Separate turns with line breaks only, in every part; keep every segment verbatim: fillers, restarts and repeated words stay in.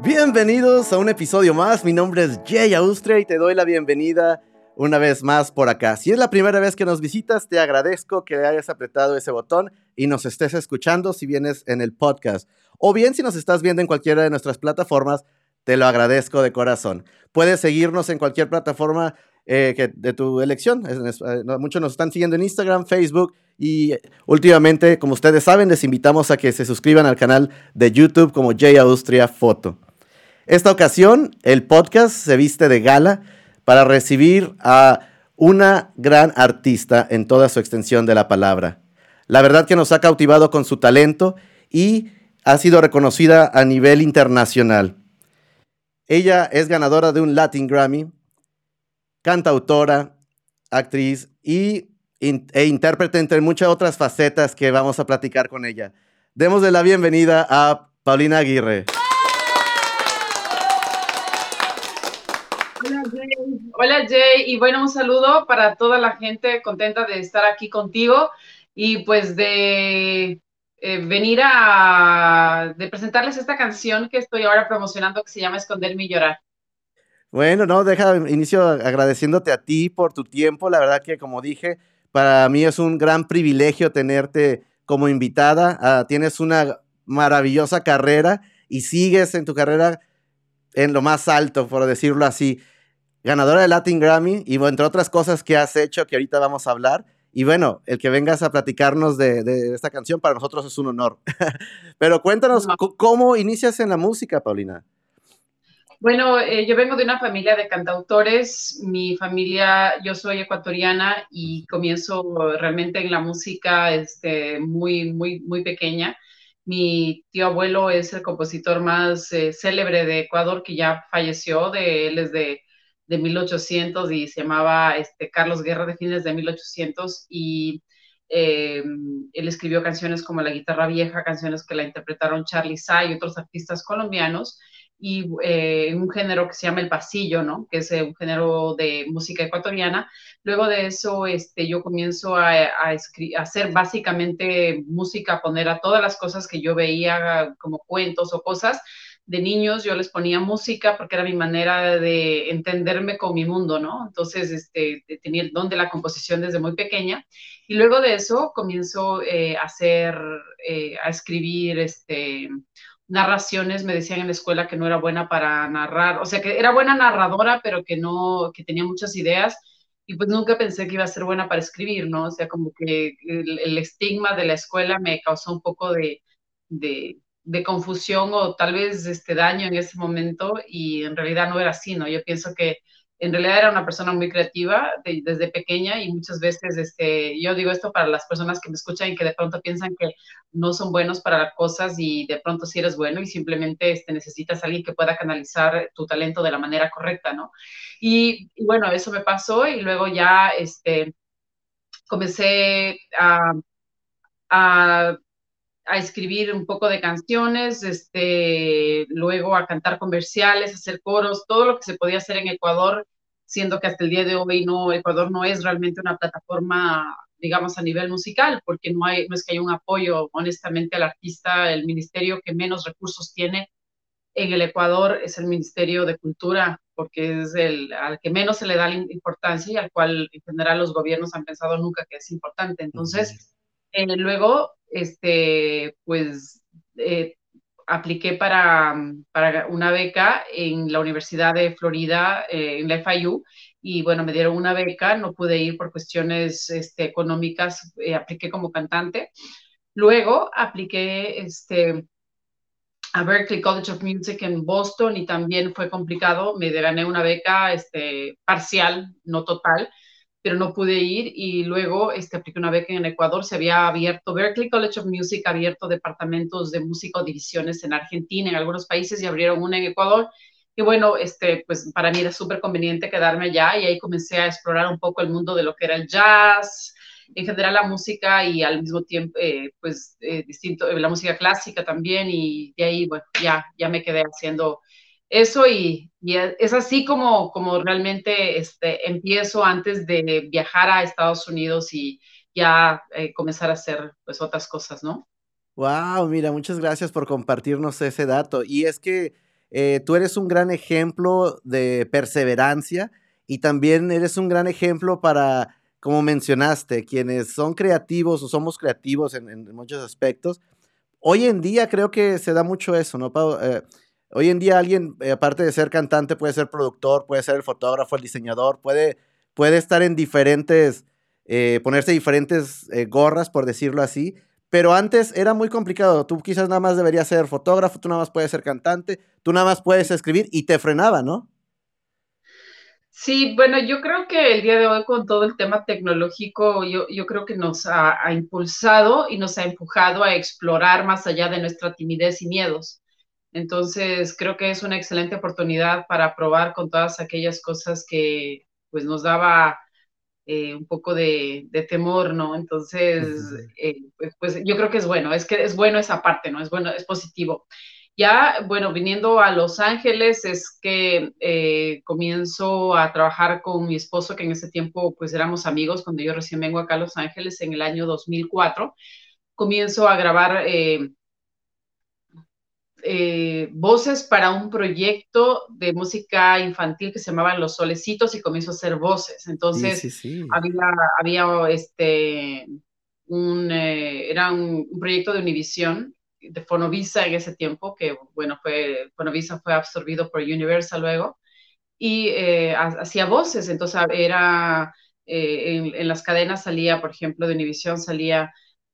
Bienvenidos a un episodio más. Mi nombre es Jay Austria y te doy la bienvenida una vez más por acá. Si es la primera vez que nos visitas, te agradezco que hayas apretado ese botón y nos estés escuchando si vienes en el podcast. O bien si nos estás viendo en cualquiera de nuestras plataformas, te lo agradezco de corazón. Puedes seguirnos en cualquier plataforma eh, que, de tu elección. Es, eh, muchos nos están siguiendo en Instagram, Facebook y últimamente, como ustedes saben, les invitamos a que se suscriban al canal de YouTube como Jay Austria Foto. Esta ocasión, el podcast se viste de gala para recibir a una gran artista en toda su extensión de la palabra. La verdad que nos ha cautivado con su talento y ha sido reconocida a nivel internacional. Ella es ganadora de un Latin Grammy, cantautora, actriz y, in, e intérprete entre muchas otras facetas que vamos a platicar con ella. Démosle la bienvenida a Paulina Aguirre.
Hola Jay. Hola Jay, y bueno, un saludo para toda la gente contenta de estar aquí contigo y pues de eh, venir a de presentarles esta canción que estoy ahora promocionando que se llama Esconderme y Llorar.
Bueno, no, deja, inicio agradeciéndote a ti por tu tiempo. La verdad que, como dije, para mí es un gran privilegio tenerte como invitada. Uh, tienes una maravillosa carrera y sigues en tu carrera en lo más alto, por decirlo así. Ganadora de Latin Grammy y, bueno, entre otras cosas que has hecho que ahorita vamos a hablar. Y bueno, el que vengas a platicarnos de, de esta canción para nosotros es un honor. Pero cuéntanos,
No.
¿cómo inicias en la música, Paulina?
Bueno, eh, yo vengo de una familia de cantautores. Mi familia, yo soy ecuatoriana y comienzo realmente en la música este, muy, muy, muy pequeña. Mi tío abuelo es el compositor más eh, célebre de Ecuador, que ya falleció. De, él es de, de mil ochocientos y se llamaba este, Carlos Guerra, de fines de mil ochocientos. Y eh, él escribió canciones como La Guitarra Vieja, canciones que la interpretaron Charly Say y otros artistas colombianos. Y eh, un género que se llama el pasillo, ¿no? Que es eh, un género de música ecuatoriana. Luego de eso, este, yo comienzo a, a, a hacer básicamente música, a poner a todas las cosas que yo veía como cuentos o cosas. De niños yo les ponía música porque era mi manera de entenderme con mi mundo, ¿no? Entonces, este, tenía el don de la composición desde muy pequeña. Y luego de eso comienzo eh, a hacer, eh, a escribir, este, narraciones. Me decían en la escuela que no era buena para narrar, o sea, que era buena narradora, pero que no, que tenía muchas ideas, y pues nunca pensé que iba a ser buena para escribir, ¿no? O sea, como que el, el estigma de la escuela me causó un poco de, de, de confusión o tal vez este daño en ese momento, y en realidad no era así, ¿no? Yo pienso que en realidad era una persona muy creativa de, desde pequeña, y muchas veces, este, yo digo esto para las personas que me escuchan y que de pronto piensan que no son buenos para las cosas, y de pronto sí eres bueno y simplemente este, necesitas a alguien que pueda canalizar tu talento de la manera correcta, ¿no? Y, y bueno, eso me pasó, y luego ya este, comencé a, a a escribir un poco de canciones, este, luego a cantar comerciales, a hacer coros, todo lo que se podía hacer en Ecuador, siendo que hasta el día de hoy no, Ecuador no es realmente una plataforma, digamos, a nivel musical, porque no, hay, no es que haya un apoyo, honestamente, al artista. El ministerio que menos recursos tiene en el Ecuador es el Ministerio de Cultura, porque es el al que menos se le da la importancia y al cual en general los gobiernos han pensado nunca que es importante. Entonces, eh, luego, este, pues, eh, apliqué para, para una beca en la Universidad de Florida, eh, en la F I U, y bueno, me dieron una beca. No pude ir por cuestiones este, económicas, eh, apliqué como cantante. Luego apliqué este, a Berklee College of Music en Boston, y también fue complicado. Me gané una beca este, parcial, no total, pero no pude ir. Y luego este, apliqué una beca en Ecuador. Se había abierto, Berklee College of Music ha abierto departamentos de música o divisiones en Argentina, en algunos países, y abrieron una en Ecuador. Y bueno, este, pues para mí era súper conveniente quedarme allá, y ahí comencé a explorar un poco el mundo de lo que era el jazz, en general la música, y al mismo tiempo, eh, pues, eh, distinto, eh, la música clásica también, y de ahí, bueno, ya, ya me quedé haciendo eso, y, y es así como, como realmente este, empiezo antes de viajar a Estados Unidos y ya eh, comenzar a hacer, pues, otras cosas, ¿no?
Wow, mira, muchas gracias por compartirnos ese dato. Y es que eh, tú eres un gran ejemplo de perseverancia y también eres un gran ejemplo para, como mencionaste, quienes son creativos o somos creativos en, en muchos aspectos. Hoy en día creo que se da mucho eso, ¿no, Pau? Eh, hoy en día alguien, eh, aparte de ser cantante, puede ser productor, puede ser el fotógrafo, el diseñador, puede, puede estar en diferentes, eh, ponerse diferentes eh, gorras, por decirlo así. Pero antes era muy complicado. Tú quizás nada más deberías ser fotógrafo, tú nada más puedes ser cantante, tú nada más puedes escribir y te frenaba, ¿no?
Sí, bueno, yo creo que el día de hoy con todo el tema tecnológico, yo, yo creo que nos ha, ha impulsado y nos ha empujado a explorar más allá de nuestra timidez y miedos. Entonces, creo que es una excelente oportunidad para probar con todas aquellas cosas que pues nos daba eh, un poco de, de, temor, ¿no? Entonces, eh, pues, pues, yo creo que es bueno, es que es bueno esa parte, ¿no? Es bueno, es positivo. Ya, bueno, viniendo a Los Ángeles, es que eh, comienzo a trabajar con mi esposo, que en ese tiempo pues éramos amigos, cuando yo recién vengo acá a Los Ángeles en el año dos mil cuatro, comienzo a grabar eh, eh, voces para un proyecto de música infantil que se llamaba Los Solecitos y comienzo a hacer voces.
Sí, sí,
Entonces,
sí.
había, había este, un, eh, era un, un, proyecto de Univision, de Fonovisa en ese tiempo, que bueno, fue, Fonovisa fue absorbido por Universal luego, y eh, hacía voces, entonces era, eh, en, en las cadenas salía, por ejemplo, de Univision salía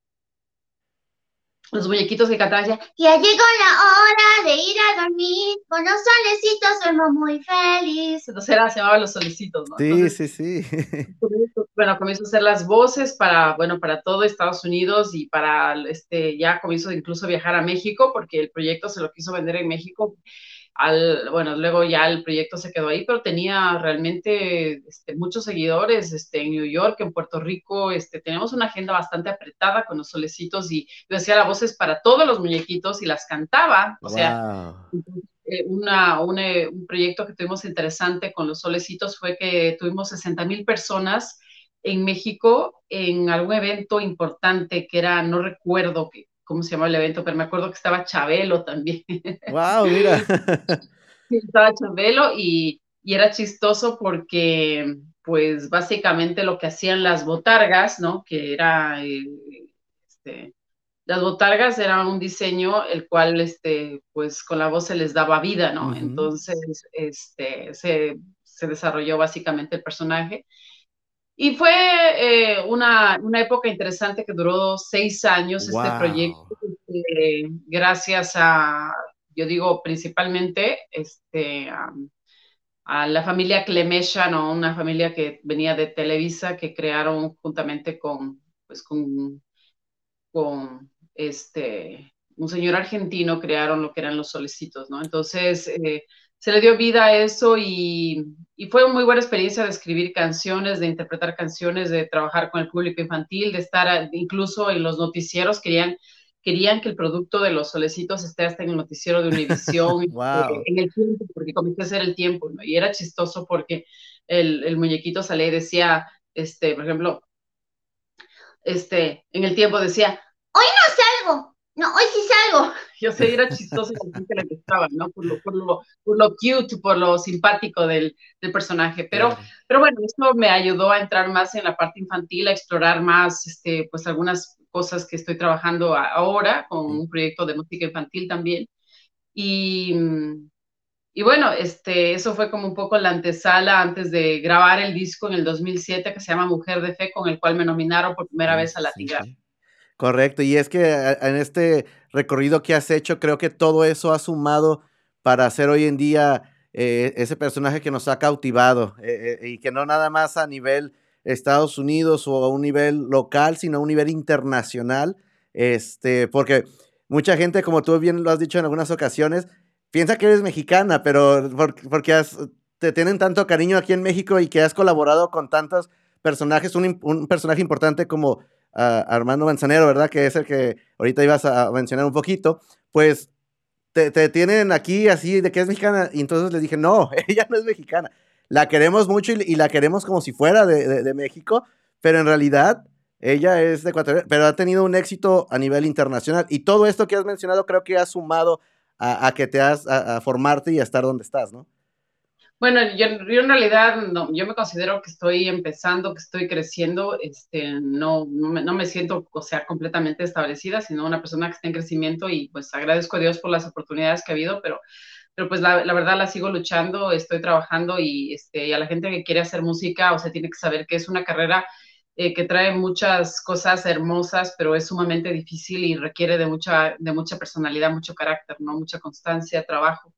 los muñequitos que cantaban decían,
ya llegó la hora de ir a dormir, con los solecitos duermo muy feliz.
Entonces era, se llamaba Los Solecitos, ¿no?
Sí,
Entonces,
sí, sí.
bueno, comienzo a hacer las voces para, bueno, para todo Estados Unidos y para, este, ya comienzo incluso a viajar a México, porque el proyecto se lo quiso vender en México. Al, bueno, luego ya el proyecto se quedó ahí, pero tenía realmente este, muchos seguidores este, en New York, en Puerto Rico, este, tenemos una agenda bastante apretada con los solecitos y yo hacía las voces para todos los muñequitos y las cantaba, o sea,
Wow.
eh, una, una, un proyecto que tuvimos interesante con los solecitos fue que tuvimos sesenta mil personas en México en algún evento importante que era, no recuerdo que, cómo se llamaba el evento, pero me acuerdo que estaba Chabelo también.
Wow, mira.
Sí, estaba Chabelo y, y era chistoso porque, pues, básicamente lo que hacían las botargas, ¿no? Que era, eh, este, las botargas eran un diseño el cual, este, pues, con la voz se les daba vida, ¿no?
Uh-huh.
Entonces, este, se, se desarrolló básicamente el personaje. Y fue eh, una, una época interesante que duró seis años este
Wow.
proyecto, eh, gracias a, yo digo, principalmente este, a, a la familia Clemesha, ¿no? Una familia que venía de Televisa, que crearon juntamente con, pues, con, con este, un señor argentino, crearon lo que eran los solecitos, ¿no? Entonces, eh, se le dio vida a eso y, y, fue una muy buena experiencia de escribir canciones, de interpretar canciones, de trabajar con el público infantil, de estar incluso en los noticieros, querían, querían que el producto de los solecitos esté hasta en el noticiero de Univisión, eh,
Wow.
en el tiempo, porque comencé a hacer el tiempo, ¿no? Y era chistoso porque el, el muñequito salía y decía, este, por ejemplo, este, en el tiempo decía,
hoy no salgo, no, hoy sí salgo.
Yo sé, era chistoso y la gente le gustaba, ¿no? Por lo, por lo, por lo cute, por lo simpático del, del personaje. Pero,
Claro.
pero bueno, esto me ayudó a entrar más en la parte infantil, a explorar más, este, pues algunas cosas que estoy trabajando ahora con
Sí.
un proyecto de música infantil también. Y, y bueno, este, eso fue como un poco la antesala antes de grabar el disco en el dos mil siete que se llama Mujer de Fe, con el cual me nominaron por primera
Sí,
vez a
sí,
Latin
sí,
Grammy.
sí. Correcto, y es que a- en este recorrido que has hecho, creo que todo eso ha sumado para hacer hoy en día eh, ese personaje que nos ha cautivado eh, eh, y que no nada más a nivel Estados Unidos o a un nivel local, sino a un nivel internacional, este, porque mucha gente, como tú bien lo has dicho en algunas ocasiones, piensa que eres mexicana, pero por- porque has- te tienen tanto cariño aquí en México y que has colaborado con tantos personajes, un, im- un personaje importante como a Armando Manzanero, ¿verdad? Que es el que ahorita ibas a mencionar un poquito, pues te, te tienen aquí así de que es mexicana, y entonces les dije, no, ella no es mexicana, la queremos mucho y, y la queremos como si fuera de, de, de México, pero en realidad ella es de Ecuador, pero ha tenido un éxito a nivel internacional, y todo esto que has mencionado creo que ha sumado a, a que te has, a, a formarte y a estar donde estás, ¿no?
Bueno, yo, yo en realidad, no, yo me considero que estoy empezando, que estoy creciendo, este, no, no me, no me siento, o sea, completamente establecida, sino una persona que está en crecimiento y pues agradezco a Dios por las oportunidades que ha habido, pero, pero pues la, la verdad la sigo luchando, estoy trabajando y, este, y a la gente que quiere hacer música, o sea, tiene que saber que es una carrera eh, que trae muchas cosas hermosas, pero es sumamente difícil y requiere de mucha, de mucha personalidad, mucho carácter, ¿no? Mucha constancia, trabajo.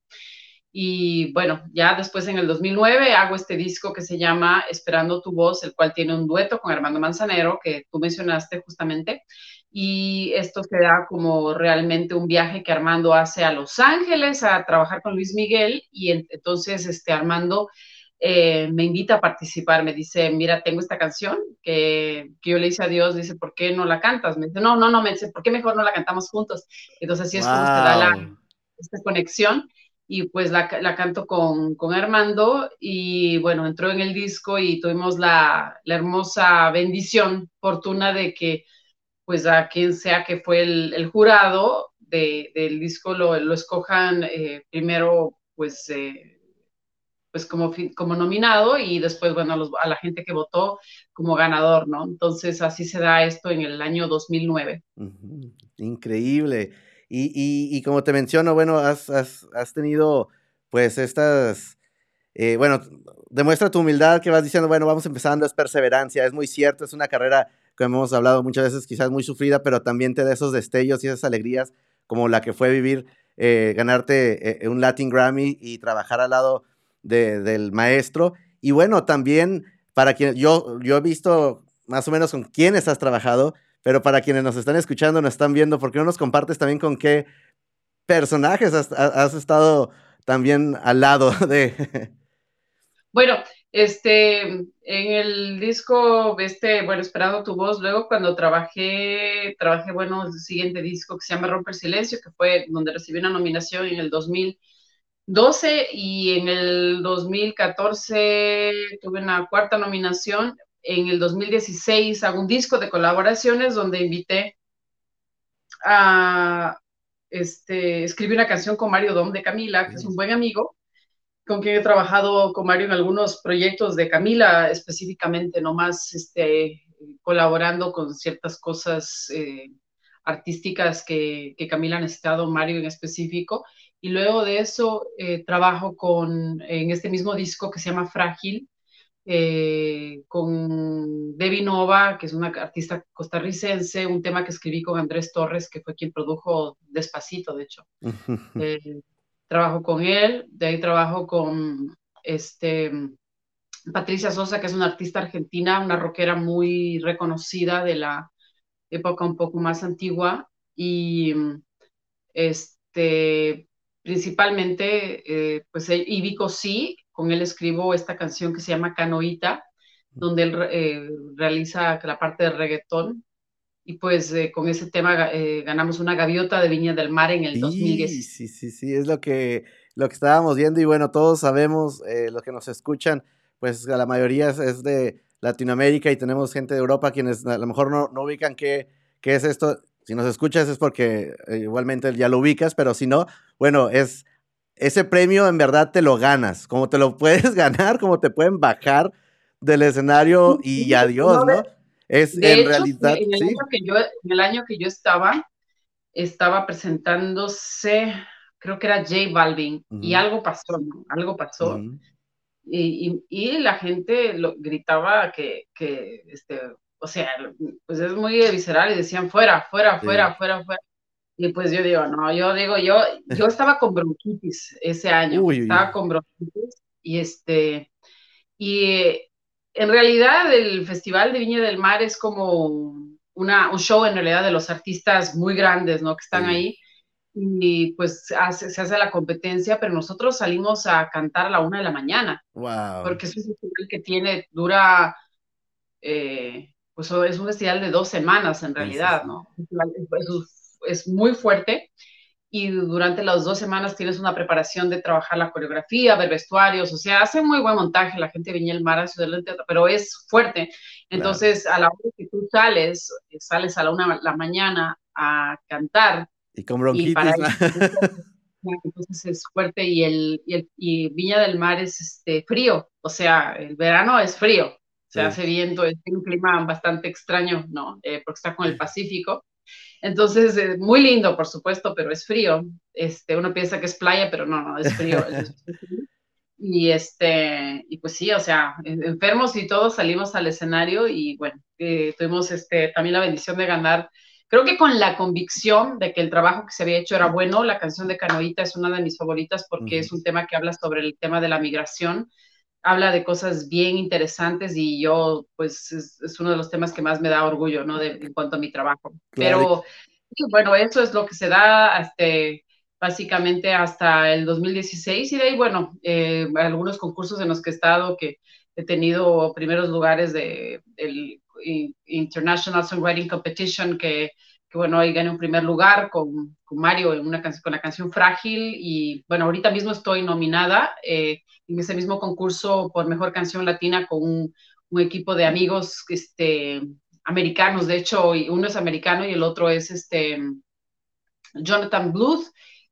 Y bueno, ya después en el dos mil nueve hago este disco que se llama Esperando tu voz, el cual tiene un dueto con Armando Manzanero, que tú mencionaste justamente. Y esto se da como realmente un viaje que Armando hace a Los Ángeles a trabajar con Luis Miguel. Y entonces este, Armando eh, me invita a participar. Me dice, mira, tengo esta canción que, que yo le hice a Dios. Dice, ¿por qué no la cantas? Me dice, no, no, no, me dice, ¿por qué mejor no la cantamos juntos? Entonces así es como se da la,
Wow.
esta conexión y pues la, la canto con, con, Armando y bueno, entró en el disco y tuvimos la, la hermosa bendición, fortuna de que pues a quien sea que fue el, el jurado de, del disco lo, lo escojan eh, primero pues, eh, pues como, como nominado y después bueno a, los, a la gente que votó como ganador, ¿no? Entonces así se da esto en el año dos mil nueve.
Uh-huh. Increíble. Y, y, y como te menciono, bueno, has, has, has tenido pues estas, eh, bueno, demuestra tu humildad que vas diciendo, bueno, vamos empezando, es perseverancia, es muy cierto, es una carrera, como hemos hablado muchas veces, quizás muy sufrida, pero también te da esos destellos y esas alegrías, como la que fue vivir, eh, ganarte eh, un Latin Grammy y trabajar al lado de, del maestro. Y bueno, también para quien, yo, yo he visto más o menos con quiénes has trabajado, pero para quienes nos están escuchando, nos están viendo, ¿por qué no nos compartes también con qué personajes has, has estado también al lado de?
Bueno, este, en el disco, este, bueno, Esperando tu voz, luego cuando trabajé, trabajé, bueno, el siguiente disco que se llama Rompe el Silencio, que fue donde recibí una nominación en el dos mil doce y en el dos mil catorce tuve una cuarta nominación. En el dos mil dieciséis hago un disco de colaboraciones donde invité a este, escribir una canción con Mario Dom de Camila, que es un buen amigo, con quien he trabajado con Mario en algunos proyectos de Camila específicamente, nomás este, colaborando con ciertas cosas eh, artísticas que, que Camila ha necesitado, Mario en específico. Y luego de eso eh, trabajo con, en este mismo disco que se llama Frágil, eh, con Debbie Nova, que es una artista costarricense, un tema que escribí con Andrés Torres, que fue quien produjo Despacito, de hecho. eh, trabajo con él, de ahí trabajo con este, Patricia Sosa, que es una artista argentina, una rockera muy reconocida de la época un poco más antigua, y este, principalmente, eh, pues, y Vico sí, con él escribo esta canción que se llama Canoita, donde él eh, realiza la parte de reggaetón, y pues eh, con ese tema eh, ganamos una gaviota de Viña del Mar en el
Sí,
dos mil diez.
sí, sí, sí, es lo que, lo que estábamos viendo y bueno, todos sabemos, eh, los que nos escuchan, pues la mayoría es, es de Latinoamérica y tenemos gente de Europa quienes a lo mejor no, no ubican qué, qué es esto. Si nos escuchas es porque eh, igualmente ya lo ubicas, pero si no, bueno, es ese premio en verdad te lo ganas, como te lo puedes ganar, como te pueden bajar del escenario y adiós, ¿no? Es
De
en
hecho,
realidad,
en el
sí.
año que yo, en el año que yo estaba, estaba presentándose, creo que era J Balvin, uh-huh. Y algo pasó, ¿no? Algo pasó. Uh-huh. Y, y, y, la gente lo, gritaba que, que este, o sea, pues es muy visceral y decían fuera, fuera, sí. fuera, fuera, fuera. Y pues yo digo, no, yo digo, yo, yo estaba con bronquitis ese año, uy, estaba uy. con bronquitis y este, y en realidad el Festival de Viña del Mar es como una, un show en realidad de los artistas muy grandes, ¿no? Que están sí. ahí y pues hace, se hace la competencia, pero nosotros salimos a cantar a la una de la mañana.
Wow.
Porque es un festival que tiene, dura, eh, pues es un festival de dos semanas en realidad, sí, sí, sí. ¿no? Es, es muy fuerte y durante las dos semanas tienes una preparación de trabajar la coreografía, ver vestuarios, o sea, hace muy buen montaje la gente de Viña del Mar a Ciudad del Teatro, pero es fuerte. Entonces, claro. a la hora que tú sales, sales a la una de la mañana a cantar.
Y con bronquitis.
Y para entonces es fuerte y, el, y, el, y Viña del Mar es este, frío, o sea, el verano es frío, o sea,
Sí.
hace viento, es un clima bastante extraño, ¿no? Eh, porque está con el Pacífico. Entonces, eh, muy lindo, por supuesto, pero es frío. Este, uno piensa que es playa, pero no, no, es frío. Es frío. Y este, y pues sí, o sea, enfermos y todos salimos al escenario y bueno, eh, tuvimos este, también la bendición de ganar, creo que con la convicción de que el trabajo que se había hecho era bueno. La canción de Canoita es una de mis favoritas porque
Ujú.
es un tema que habla sobre el tema de la migración, habla de cosas bien interesantes y yo, pues, es, es uno de los temas que más me da orgullo, ¿no? De, en cuanto a mi trabajo.
Claro.
Pero, sí, bueno, eso es lo que se da, este, básicamente hasta el dos mil dieciséis y de ahí, bueno, eh, algunos concursos en los que he estado, que he tenido primeros lugares de el International Songwriting Competition, que, que bueno, ahí gané un primer lugar con, con Mario en una canción, con la canción Frágil y bueno, ahorita mismo estoy nominada eh, en ese mismo concurso por Mejor Canción Latina con un, un equipo de amigos este, americanos, de hecho, uno es americano y el otro es este Jonathan Bluth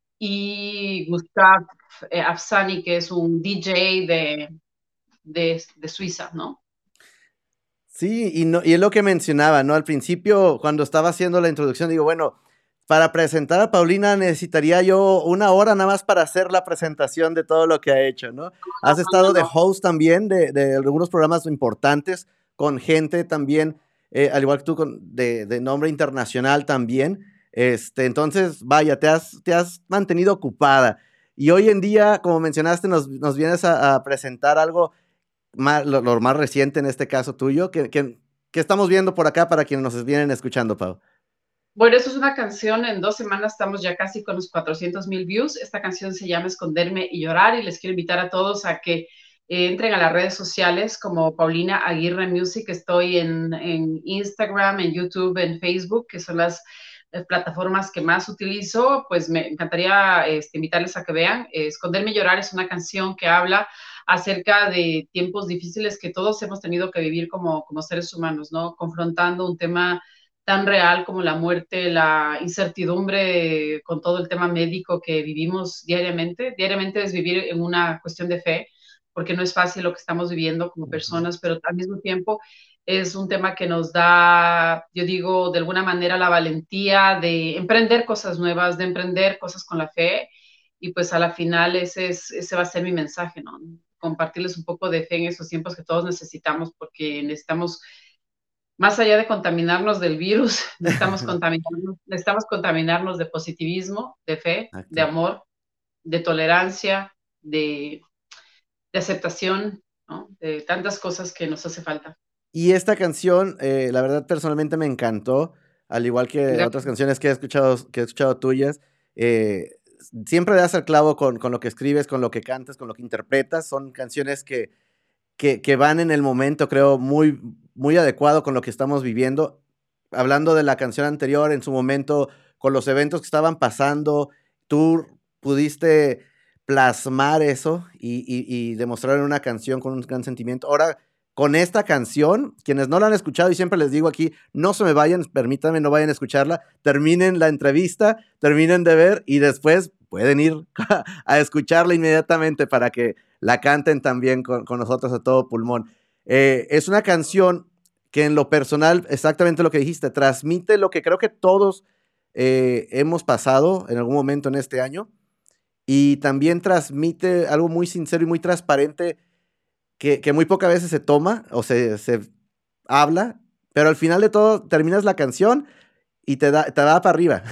y Gustav eh, Afsani, que es un D J de, de, de Suiza, ¿no?
Sí, y, no, y es lo que mencionaba, ¿no? Al principio, cuando estaba haciendo la introducción, digo, bueno, para presentar a Paulina necesitaría yo una hora nada más para hacer la presentación de todo lo que ha hecho, ¿no? Has estado de
No,
host también de, de algunos programas importantes con gente también, eh, al igual que tú, con, de, de nombre internacional también. Este, entonces, vaya, te has, te has mantenido ocupada. Y hoy en día, como mencionaste, nos, nos vienes a, a presentar algo más, lo, lo, más reciente en este caso tuyo, que, que, que, estamos viendo por acá para quienes nos vienen escuchando, Pau.
Bueno, eso es una canción, en dos semanas estamos ya casi con los cuatrocientos mil views. Esta canción se llama Esconderme y Llorar y les quiero invitar a todos a que eh, entren a las redes sociales como Paulina Aguirre Music. Estoy en, en Instagram, en YouTube, en Facebook, que son las eh, plataformas que más utilizo. Pues me encantaría este, invitarles a que vean. Eh, Esconderme y Llorar es una canción que habla acerca de tiempos difíciles que todos hemos tenido que vivir como, como seres humanos, ¿no? Confrontando un tema tan real como la muerte, la incertidumbre con todo el tema médico que vivimos diariamente. Diariamente es vivir en una cuestión de fe, porque no es fácil lo que estamos viviendo como personas, pero al mismo tiempo es un tema que nos da, yo digo, de alguna manera la valentía de emprender cosas nuevas, de emprender cosas con la fe, y pues a la final ese, es, ese va a ser mi mensaje, ¿no? Compartirles un poco de fe en esos tiempos que todos necesitamos, porque necesitamos más allá de contaminarnos del virus, necesitamos contaminarnos, necesitamos contaminarnos de positivismo, de fe, de
Exacto.
amor, de tolerancia, de, de aceptación, ¿no? De tantas cosas que nos hace falta.
Y esta canción, eh, la verdad, personalmente me encantó, al igual que
Gracias.
otras canciones que he escuchado, que he escuchado tuyas. Eh, siempre das el clavo con, con, lo que escribes, con lo que cantas, con lo que interpretas. Son canciones que, que, que van en el momento, creo, muy, muy adecuado con lo que estamos viviendo. Hablando de la canción anterior, en su momento, con los eventos que estaban pasando, tú pudiste plasmar eso y, y, y demostrar en una canción con un gran sentimiento. Ahora, con esta canción, quienes no la han escuchado, y siempre les digo aquí, no se me vayan, permítanme, no vayan a escucharla, terminen la entrevista, terminen de ver y después pueden ir a escucharla inmediatamente para que la canten también con, con nosotros a todo pulmón. Eh, es una canción que en lo personal, exactamente lo que dijiste, transmite lo que creo que todos eh, hemos pasado en algún momento en este año y también transmite algo muy sincero y muy transparente que, que muy pocas veces se toma o se, se habla, pero al final de todo terminas la canción y te da, te da para arriba.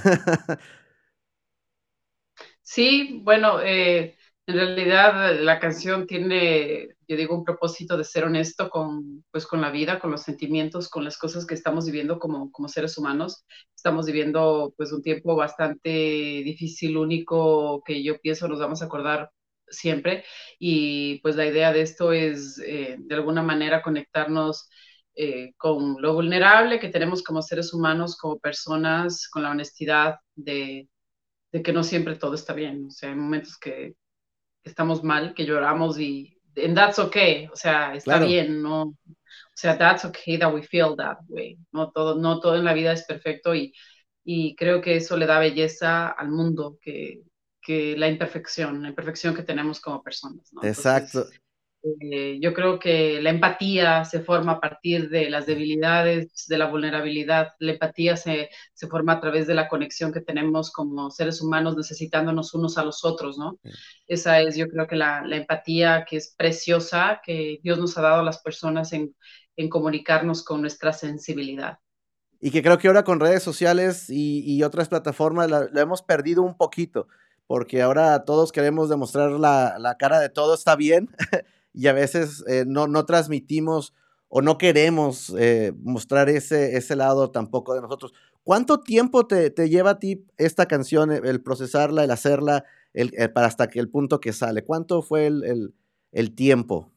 Sí, bueno, eh, en realidad la canción tiene, yo digo, un propósito de ser honesto con, pues, con la vida, con los sentimientos, con las cosas que estamos viviendo como, como seres humanos. Estamos viviendo pues un tiempo bastante difícil, único, que yo pienso nos vamos a acordar siempre. Y pues la idea de esto es eh, de alguna manera conectarnos eh, con lo vulnerable que tenemos como seres humanos, como personas, con la honestidad de de que no siempre todo está bien, o sea, hay momentos que, que estamos mal, que lloramos y and that's okay, o sea, está
Claro.
bien, no, o sea, that's okay that we feel that way, no todo, no todo en la vida es perfecto y, y creo que eso le da belleza al mundo, que, que la imperfección, la imperfección que tenemos como personas, ¿no?
Exacto.
Entonces, eh, yo creo que la empatía se forma a partir de las debilidades, de la vulnerabilidad. La empatía se, se forma a través de la conexión que tenemos como seres humanos necesitándonos unos a los otros, ¿no? Esa es, yo creo que la, la empatía que es preciosa, que Dios nos ha dado a las personas en, en comunicarnos con nuestra sensibilidad.
Y que creo que ahora con redes sociales y, y otras plataformas la, la, hemos perdido un poquito, porque ahora todos queremos demostrar la, la cara de todo está bien y a veces eh, no, no transmitimos o no queremos eh, mostrar ese, ese lado tampoco de nosotros. ¿Cuánto tiempo te, te lleva a ti esta canción, el procesarla, el hacerla, el, el, para hasta que el punto que sale? ¿Cuánto fue el, el, el tiempo?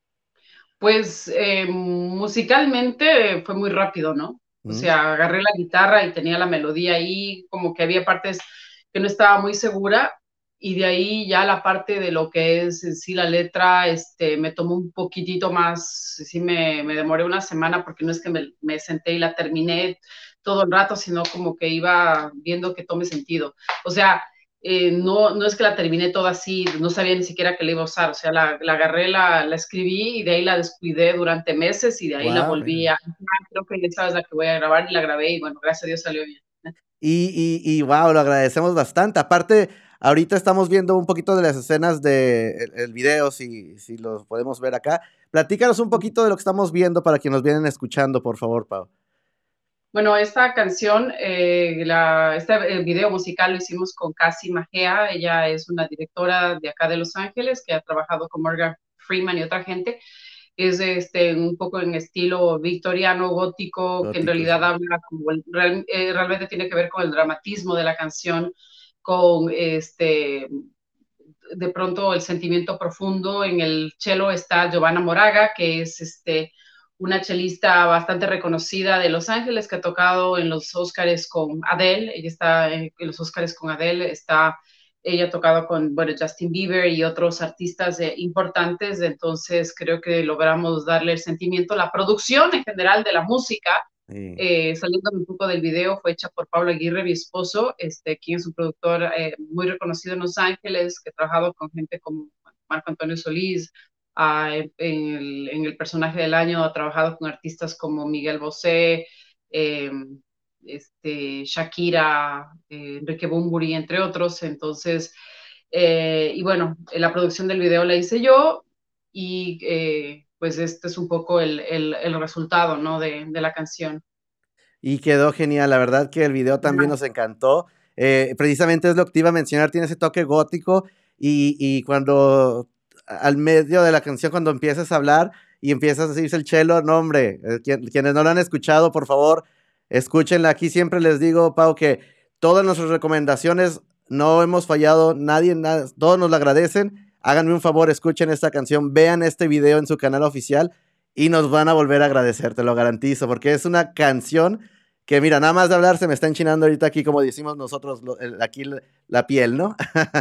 Pues eh, musicalmente fue muy rápido, ¿no? O sea, agarré la guitarra y tenía la melodía ahí, como que había partes que no estaba muy segura, y de ahí ya la parte de lo que es en sí la letra, este, me tomó un poquitito más, sí me, me demoré una semana porque no es que me, me senté y la terminé todo el rato, sino como que iba viendo que tome sentido. O sea, eh, no, no es que la terminé toda así, no sabía ni siquiera que la iba a usar, o sea, la, la agarré, la, la escribí y de ahí la descuidé durante meses y de ahí
Wow,
la volví a, creo que esta es la que voy a grabar y la grabé y bueno, gracias a Dios salió bien.
Y, y, y wow, lo agradecemos bastante. Aparte, ahorita estamos viendo un poquito de las escenas del de el video, si, si los podemos ver acá. Platícanos un poquito de lo que estamos viendo para quienes nos vienen escuchando, por favor, Pau.
Bueno, esta canción, eh, la, este el video musical lo hicimos con Cassie Magea. Ella es una directora de acá de Los Ángeles que ha trabajado con Morgan Freeman y otra gente. Es este, un poco en estilo victoriano, gótico, que en
Gótico,
realidad
sí.
habla, como el, real, eh, realmente tiene que ver con el dramatismo de la canción, con este, de pronto el sentimiento profundo. En el cello está Giovanna Moraga, que es este, una chelista bastante reconocida de Los Ángeles, que ha tocado en los Óscares con Adele. Ella está en los Óscares con Adele, está, ella ha tocado con, bueno, Justin Bieber y otros artistas eh, importantes, entonces creo que logramos darle el sentimiento. La producción en general de la música,
Sí.
eh, saliendo un poco del video, fue hecha por Pablo Aguirre, mi esposo, este, quien es un productor eh, muy reconocido en Los Ángeles, que ha trabajado con gente como Marco Antonio Solís. Uh, en, el, en, el, personaje del año ha trabajado con artistas como Miguel Bosé, eh, este, Shakira, eh, Enrique Bunbury, entre otros. Entonces, eh, y bueno, la producción del video la hice yo y eh, pues este es un poco el, el, el resultado, ¿no? de, de la canción.
Y quedó genial, la verdad que el video también nos encantó. Eh, precisamente es lo que te iba a mencionar, tiene ese toque gótico y, y cuando al medio de la canción, cuando empiezas a hablar y empiezas a decirse el cello, no hombre, eh, quien, quienes no lo han escuchado, por favor, escúchenla. Aquí siempre les digo, Pau, que todas nuestras recomendaciones no hemos fallado, nadie, nada, todos nos la agradecen. Háganme un favor, escuchen esta canción, vean este video en su canal oficial y nos van a volver a agradecer, te lo garantizo, porque es una canción que mira, nada más de hablar se me está enchinando ahorita aquí, como decimos nosotros, lo, el, aquí la piel, ¿no?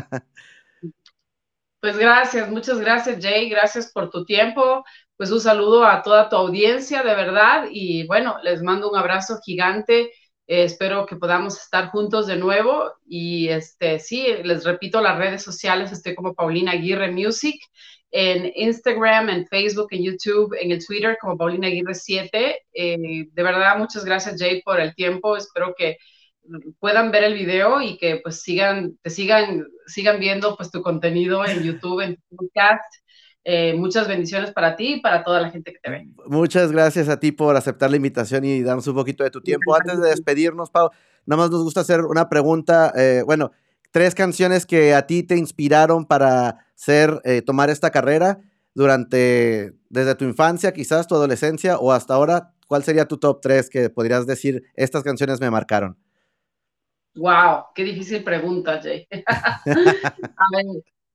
Pues gracias, muchas gracias, Jay, gracias por tu tiempo. Pues un saludo a toda tu audiencia, de verdad, y bueno, les mando un abrazo gigante. Eh, espero que podamos estar juntos de nuevo. Y este, sí, les repito, las redes sociales, estoy como Paulina Aguirre Music, en Instagram, en Facebook, en YouTube, en el Twitter como Paulina Aguirre siete. Eh, de verdad, muchas gracias, Jay, por el tiempo. Espero que puedan ver el video y que pues sigan, te sigan, sigan viendo pues tu contenido en YouTube, en tu podcast. Eh, muchas bendiciones para ti y para toda la gente que te ve.
Muchas gracias a ti por aceptar la invitación y darnos un poquito de tu tiempo. Antes de despedirnos, Pau, nada más nos gusta hacer una pregunta. Eh, bueno, tres canciones que a ti te inspiraron para ser, eh, tomar esta carrera durante, desde tu infancia, quizás tu adolescencia o hasta ahora. ¿Cuál sería tu top tres que podrías decir, estas canciones me marcaron?
Wow, qué difícil pregunta, Jay. A ver,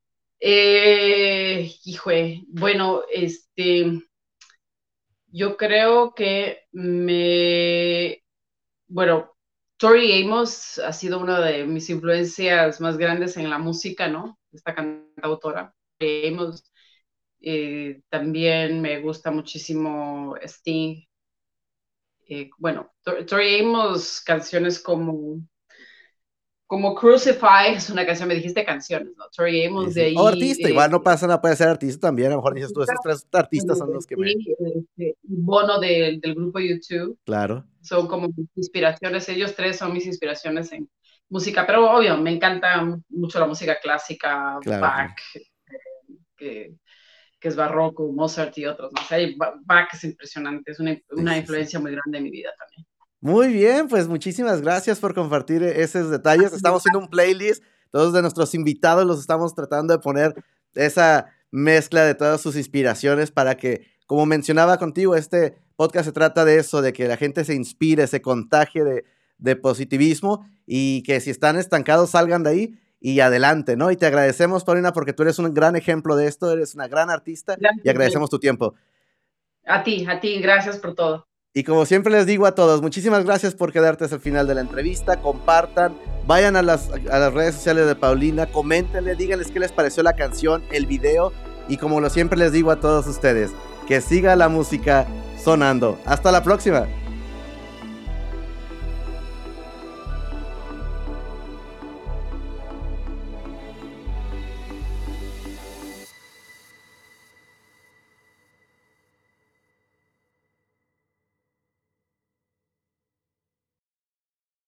eh, híjole, bueno, este, yo creo que me, bueno, Tori Amos ha sido una de mis influencias más grandes en la música, ¿no? Esta cantautora. Tori Amos, eh, también me gusta muchísimo Sting. Eh, bueno, Tori Amos, canciones como como Crucify es una canción, me dijiste canciones, ¿no? Tori Amos
Sí, sí.
de ahí.
O artista,
eh,
igual no pasa nada, puede ser artista también. A lo mejor dices tú, esos tres artistas son los que me.
Sí, este, Bono de- del grupo U dos.
Claro,
Son como mis inspiraciones, ellos tres son mis inspiraciones en música, pero obvio, me encanta mucho la música clásica,
claro, claro.
Bach, que, que es barroco, Mozart y otros, ¿no? O sea, Ba- Bach es impresionante, es una,
Sí,
una
sí,
influencia
sí.
muy grande en mi vida también.
Muy bien, pues muchísimas gracias por compartir esos detalles. Estamos haciendo un playlist, todos de nuestros invitados los estamos tratando de poner esa mezcla de todas sus inspiraciones para que, como mencionaba contigo, este podcast se trata de eso, de que la gente se inspire, se contagie de, de positivismo y que si están estancados salgan de ahí y adelante, ¿no? Y te agradecemos, Paulina, porque tú eres un gran ejemplo de esto, eres una gran artista
Gracias,
y agradecemos tu tiempo.
A ti, a ti, gracias por todo.
Y como siempre les digo a todos, muchísimas gracias por quedarte hasta el final de la entrevista. Compartan, vayan a las, a las redes sociales de Paulina, coméntenle, díganles qué les pareció la canción, el video. Y como lo siempre les digo a todos ustedes, que siga la música sonando. Hasta la próxima.